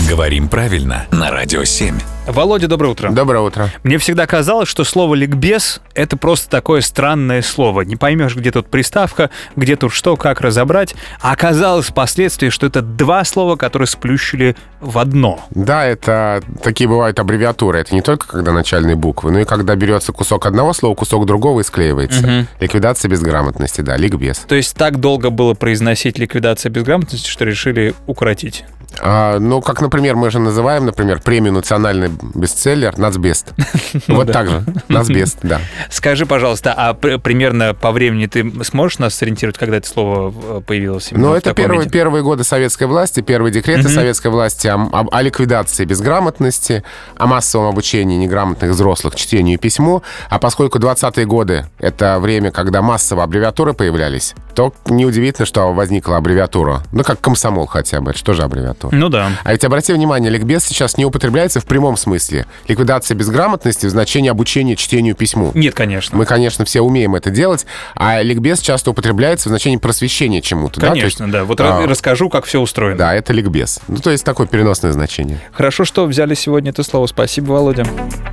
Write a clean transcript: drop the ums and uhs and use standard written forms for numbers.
Говорим правильно на Радио 7. Володя, доброе утро. Доброе утро. Мне всегда казалось, что слово «ликбез» — это просто такое странное слово. Не поймешь, где тут приставка, где тут что, как разобрать. А оказалось впоследствии, что это два слова, которые сплющили в одно. Да, это такие бывают аббревиатуры. Это не только когда начальные буквы, но и когда берется кусок одного слова, кусок другого и склеивается. Ликвидация безграмотности, да, ликбез. То есть так долго было произносить ликвидация безграмотности, что решили укоротить. Ну, как, например, мы же называем, например, премию «Национальный бестселлер» «Нацбест». Вот так же. «Нацбест», да. Скажи, пожалуйста, а примерно по времени ты сможешь нас сориентировать, когда это слово появилось? Ну, это первые годы советской власти, первые декреты советской власти о ликвидации безграмотности, о массовом обучении неграмотных взрослых чтению и письму. А поскольку 20-е годы — это время, когда массово аббревиатуры появлялись, то неудивительно, что возникла аббревиатура. Ну, как комсомол хотя бы. Это что же аббревиатура? Ну да. А ведь, обрати внимание, ликбез сейчас не употребляется в прямом смысле. Ликвидация безграмотности в значении обучения чтению и письму. Нет, конечно. Мы, конечно, все умеем это делать, а ликбез часто употребляется в значении просвещения чему-то. Конечно, да. Вот расскажу, как все устроено. Да, это ликбез. Ну, то есть такое переносное значение. Хорошо, что взяли сегодня это слово. Спасибо, Володя.